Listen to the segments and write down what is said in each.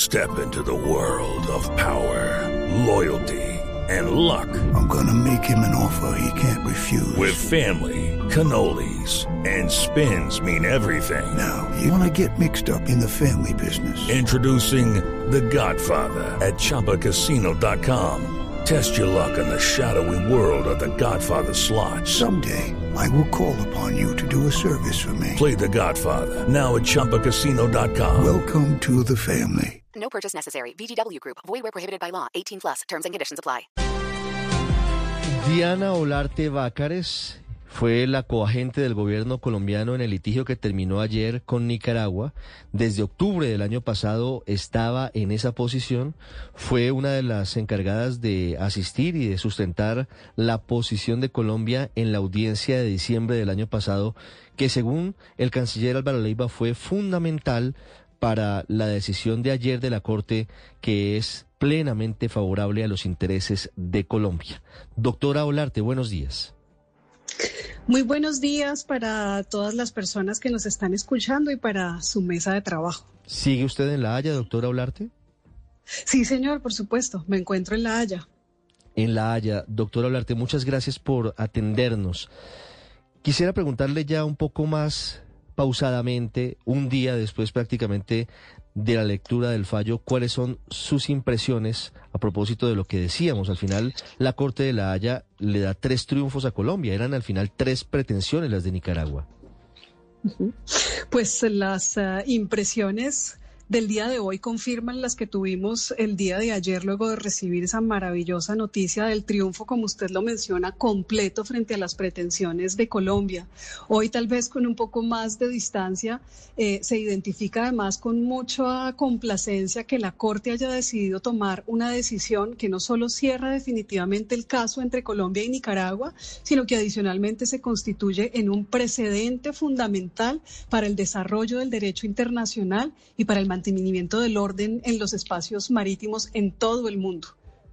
Step into the world of power, loyalty, and luck. I'm gonna make him an offer he can't refuse. With family, cannolis, and spins mean everything. Now, you wanna get mixed up in the family business. Introducing The Godfather at ChumbaCasino.com. Test your luck in the shadowy world of The Godfather slot. Someday, I will call upon you to do a service for me. Play The Godfather now at ChumbaCasino.com. Welcome to the family. No purchase necessary. VGW Group. Void where prohibited by law. 18 plus. Terms and conditions apply. Diana Olarte Bácares fue la coagente del gobierno colombiano en el litigio que terminó ayer con Nicaragua. Desde octubre del año pasado estaba en esa posición. Fue una de las encargadas de asistir y de sustentar la posición de Colombia en la audiencia de diciembre del año pasado, que según el canciller Álvaro Leiva fue fundamental para la decisión de ayer de la Corte, que es plenamente favorable a los intereses de Colombia. Doctora Olarte, buenos días. Muy buenos días para todas las personas que nos están escuchando y para su mesa de trabajo. ¿Sigue usted en La Haya, doctora Olarte? Sí, señor, por supuesto. Me encuentro en La Haya. En La Haya. Doctora Olarte, muchas gracias por atendernos. Quisiera preguntarle ya un poco más pausadamente, un día después prácticamente de la lectura del fallo, ¿cuáles son sus impresiones a propósito de lo que decíamos? Al final, la Corte de La Haya le da 3 triunfos a Colombia, eran al final 3 pretensiones las de Nicaragua. Pues las impresiones del día de hoy confirman las que tuvimos el día de ayer luego de recibir esa maravillosa noticia del triunfo, como usted lo menciona, completo frente a las pretensiones de Colombia. Hoy tal vez con un poco más de distancia se identifica además con mucha complacencia que la Corte haya decidido tomar una decisión que no solo cierra definitivamente el caso entre Colombia y Nicaragua, sino que adicionalmente se constituye en un precedente fundamental para el desarrollo del derecho internacional y para el mantenimiento del orden en los espacios marítimos en todo el mundo.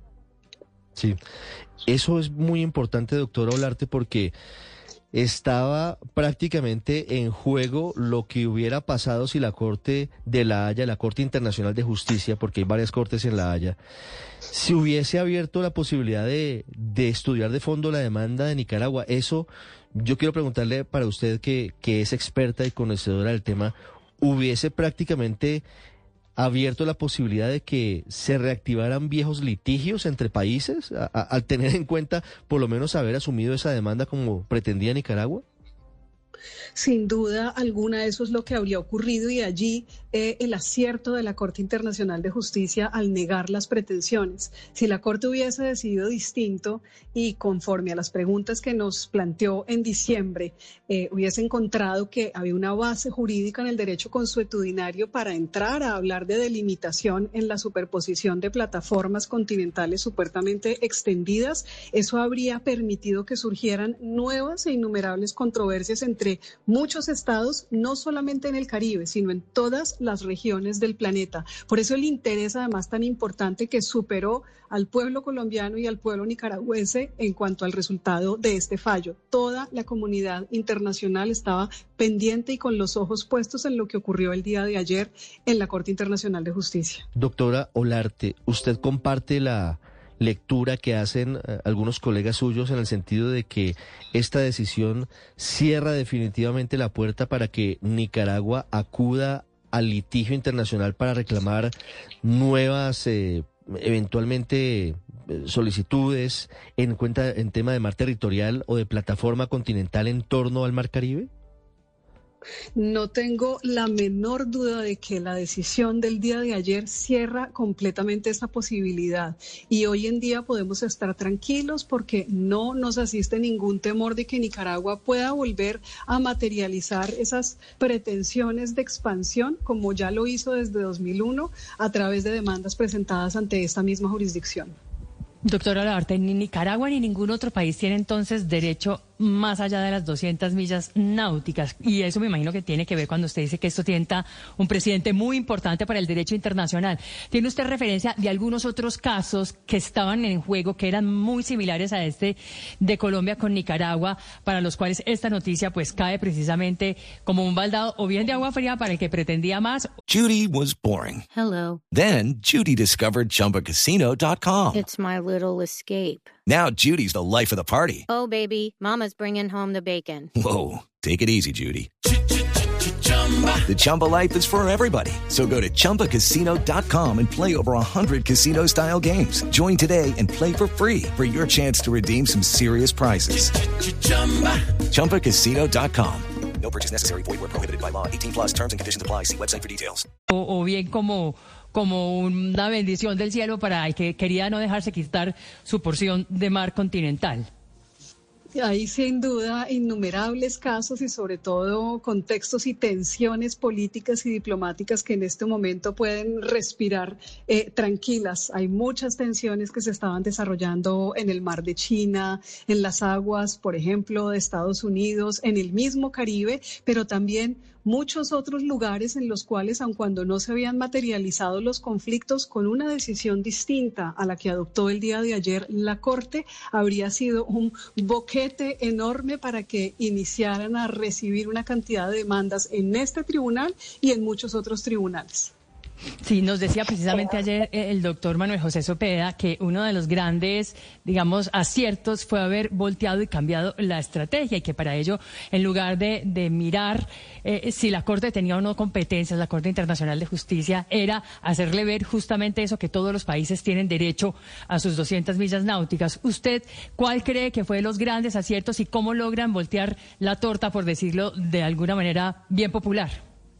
Sí, eso es muy importante, doctora Olarte, porque estaba prácticamente en juego lo que hubiera pasado si la Corte de La Haya, la Corte Internacional de Justicia, porque hay varias cortes en La Haya, si hubiese abierto la posibilidad de estudiar de fondo la demanda de Nicaragua. Eso, yo quiero preguntarle para usted que es experta y conocedora del tema, ¿hubiese prácticamente abierto la posibilidad de que se reactivaran viejos litigios entre países al tener en cuenta por lo menos haber asumido esa demanda como pretendía Nicaragua? Sin duda alguna eso es lo que habría ocurrido y allí el acierto de la Corte Internacional de Justicia al negar las pretensiones. Si la Corte hubiese decidido distinto y conforme a las preguntas que nos planteó en diciembre, hubiese encontrado que había una base jurídica en el derecho consuetudinario para entrar a hablar de delimitación en la superposición de plataformas continentales supuestamente extendidas, eso habría permitido que surgieran nuevas e innumerables controversias entre muchos estados, no solamente en el Caribe, sino en todas las regiones del planeta. Por eso el interés además tan importante que superó al pueblo colombiano y al pueblo nicaragüense en cuanto al resultado de este fallo. Toda la comunidad internacional estaba pendiente y con los ojos puestos en lo que ocurrió el día de ayer en la Corte Internacional de Justicia. Doctora Olarte, ¿usted comparte la lectura que hacen algunos colegas suyos en el sentido de que esta decisión cierra definitivamente la puerta para que Nicaragua acuda al litigio internacional para reclamar nuevas eventualmente solicitudes en tema de mar territorial o de plataforma continental en torno al Mar Caribe? No tengo la menor duda de que la decisión del día de ayer cierra completamente esta posibilidad y hoy en día podemos estar tranquilos porque no nos asiste ningún temor de que Nicaragua pueda volver a materializar esas pretensiones de expansión como ya lo hizo desde 2001 a través de demandas presentadas ante esta misma jurisdicción. Doctora Olarte, ni Nicaragua ni ningún otro país tiene entonces derecho más allá de las 200 millas náuticas. Y eso me imagino que tiene que ver cuando usted dice que esto tienta un precedente muy importante para el derecho internacional. ¿Tiene usted referencia de algunos otros casos que estaban en juego, que eran muy similares a este de Colombia con Nicaragua, para los cuales esta noticia pues cae precisamente como un baldado o bien de agua fría para el que pretendía más? Judy was boring. Hello. Then Judy discovered ChumbaCasino.com. It's my little escape. Now Judy's the life of the party. Oh, baby, mama's bringing home the bacon. Whoa, take it easy, Judy. The Chumba life is for everybody. So go to ChumbaCasino.com and play over 100 casino-style games. Join today and play for free for your chance to redeem some serious prizes. ChumbaCasino.com. No purchase necessary. Void where prohibited by law. 18 plus terms and conditions apply. See website for details. O bien como una bendición del cielo para el que quería no dejarse quitar su porción de mar continental. Hay sin duda innumerables casos y sobre todo contextos y tensiones políticas y diplomáticas que en este momento pueden respirar tranquilas. Hay muchas tensiones que se estaban desarrollando en el mar de China, en las aguas, por ejemplo, de Estados Unidos, en el mismo Caribe, pero también muchos otros lugares en los cuales, aun cuando no se habían materializado los conflictos, con una decisión distinta a la que adoptó el día de ayer la Corte, habría sido un boquete enorme para que iniciaran a recibir una cantidad de demandas en este tribunal y en muchos otros tribunales. Sí, nos decía precisamente ayer el doctor Manuel José Zopeda que uno de los grandes, digamos, aciertos fue haber volteado y cambiado la estrategia y que para ello, en lugar de mirar si la Corte tenía o no competencias, la Corte Internacional de Justicia, era hacerle ver justamente eso, que todos los países tienen derecho a sus 200 millas náuticas. ¿Usted cuál cree que fue los grandes aciertos y cómo logran voltear la torta, por decirlo de alguna manera bien popular?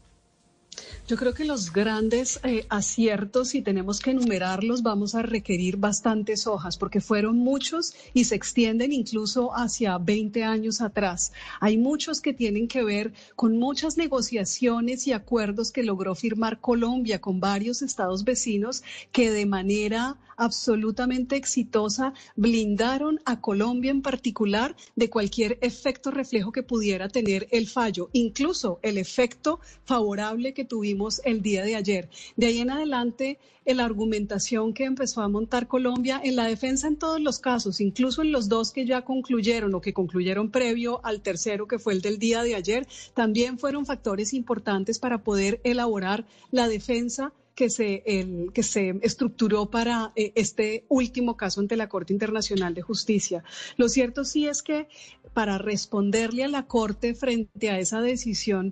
Yo creo que los grandes aciertos, si tenemos que enumerarlos, vamos a requerir bastantes hojas, porque fueron muchos y se extienden incluso hacia 20 años atrás. Hay muchos que tienen que ver con muchas negociaciones y acuerdos que logró firmar Colombia con varios estados vecinos que de manera absolutamente exitosa blindaron a Colombia en particular de cualquier efecto reflejo que pudiera tener el fallo, incluso el efecto favorable que tuvimos el día de ayer. De ahí en adelante, la argumentación que empezó a montar Colombia en la defensa en todos los casos, incluso en los dos que ya concluyeron o que concluyeron previo al tercero, que fue el del día de ayer, también fueron factores importantes para poder elaborar la defensa que se estructuró para este último caso ante la Corte Internacional de Justicia. Lo cierto sí es que para responderle a la Corte frente a esa decisión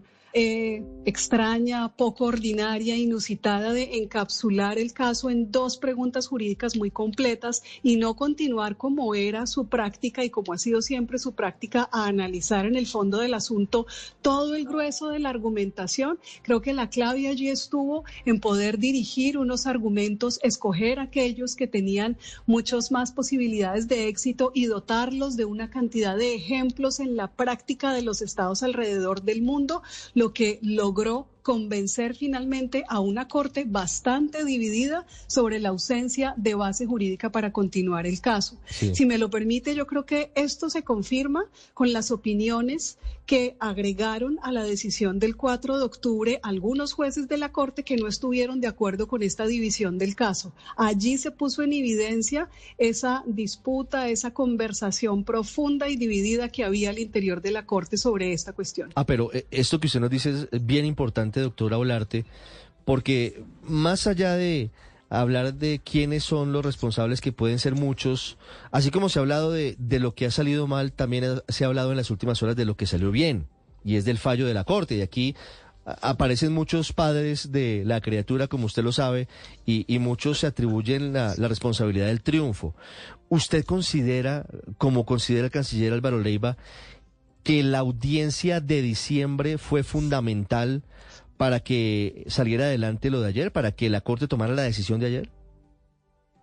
extraña, poco ordinaria, inusitada de encapsular el caso en dos preguntas jurídicas muy completas y no continuar como era su práctica y como ha sido siempre su práctica a analizar en el fondo del asunto todo el grueso de la argumentación. Creo que la clave allí estuvo en poder dirigir unos argumentos, escoger aquellos que tenían muchas más posibilidades de éxito y dotarlos de una cantidad de ejemplos en la práctica de los estados alrededor del mundo, lo que logró convencer finalmente a una Corte bastante dividida sobre la ausencia de base jurídica para continuar el caso. Sí. Si me lo permite, yo creo que esto se confirma con las opiniones que agregaron a la decisión del 4 de octubre algunos jueces de la Corte que no estuvieron de acuerdo con esta división del caso. Allí se puso en evidencia esa disputa, esa conversación profunda y dividida que había al interior de la Corte sobre esta cuestión. Pero esto que usted nos dice es bien importante, doctora Olarte, porque más allá de hablar de quiénes son los responsables, que pueden ser muchos, así como se ha hablado de lo que ha salido mal, también se ha hablado en las últimas horas de lo que salió bien, y es del fallo de la Corte, y aquí aparecen muchos padres de la criatura, como usted lo sabe, y muchos se atribuyen la responsabilidad del triunfo. ¿Usted considera, como considera el canciller Álvaro Leiva, que la audiencia de diciembre fue fundamental para que saliera adelante lo de ayer, para que la Corte tomara la decisión de ayer?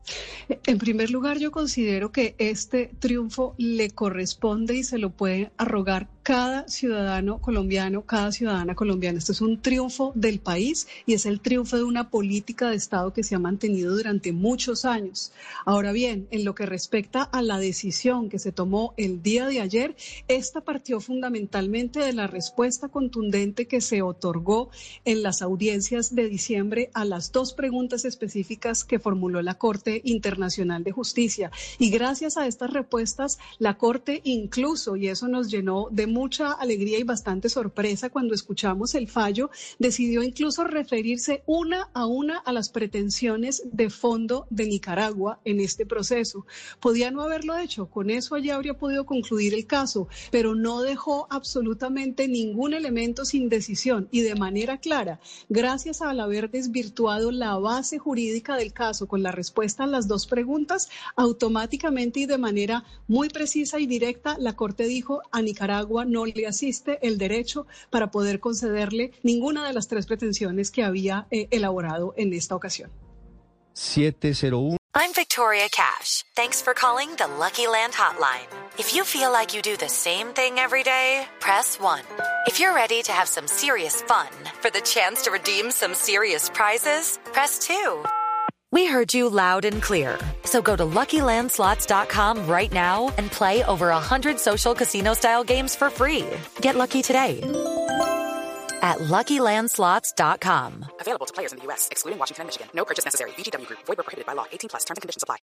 En primer lugar, yo considero que este triunfo le corresponde y se lo puede arrogar cada ciudadano colombiano, cada ciudadana colombiana. Este es un triunfo del país y es el triunfo de una política de Estado que se ha mantenido durante muchos años. Ahora bien, en lo que respecta a la decisión que se tomó el día de ayer, esta partió fundamentalmente de la respuesta contundente que se otorgó en las audiencias de diciembre a las dos preguntas específicas que formuló la Corte Internacional de Justicia. Y gracias a estas respuestas, la Corte incluso, y eso nos llenó de mucha alegría y bastante sorpresa cuando escuchamos el fallo, decidió incluso referirse una a las pretensiones de fondo de Nicaragua en este proceso. Podía no haberlo hecho, con eso allí habría podido concluir el caso, pero no dejó absolutamente ningún elemento sin decisión y de manera clara, gracias al haber desvirtuado la base jurídica del caso con la respuesta a las dos preguntas, automáticamente y de manera muy precisa y directa, la Corte dijo a Nicaragua no le asiste el derecho para poder concederle ninguna de las tres pretensiones que había elaborado en esta ocasión. 701. I'm Victoria Cash. Thanks for calling the Lucky Land Hotline. If you feel like you do the same thing every day, press 1. If you're ready to have some serious fun for the chance to redeem some serious prizes, press 2. We heard you loud and clear. So go to LuckyLandSlots.com right now and play over 100 social casino-style games for free. Get lucky today at LuckyLandSlots.com. Available to players in the U.S., excluding Washington and Michigan. No purchase necessary. VGW Group. Void where prohibited by law. 18+. Terms and conditions apply.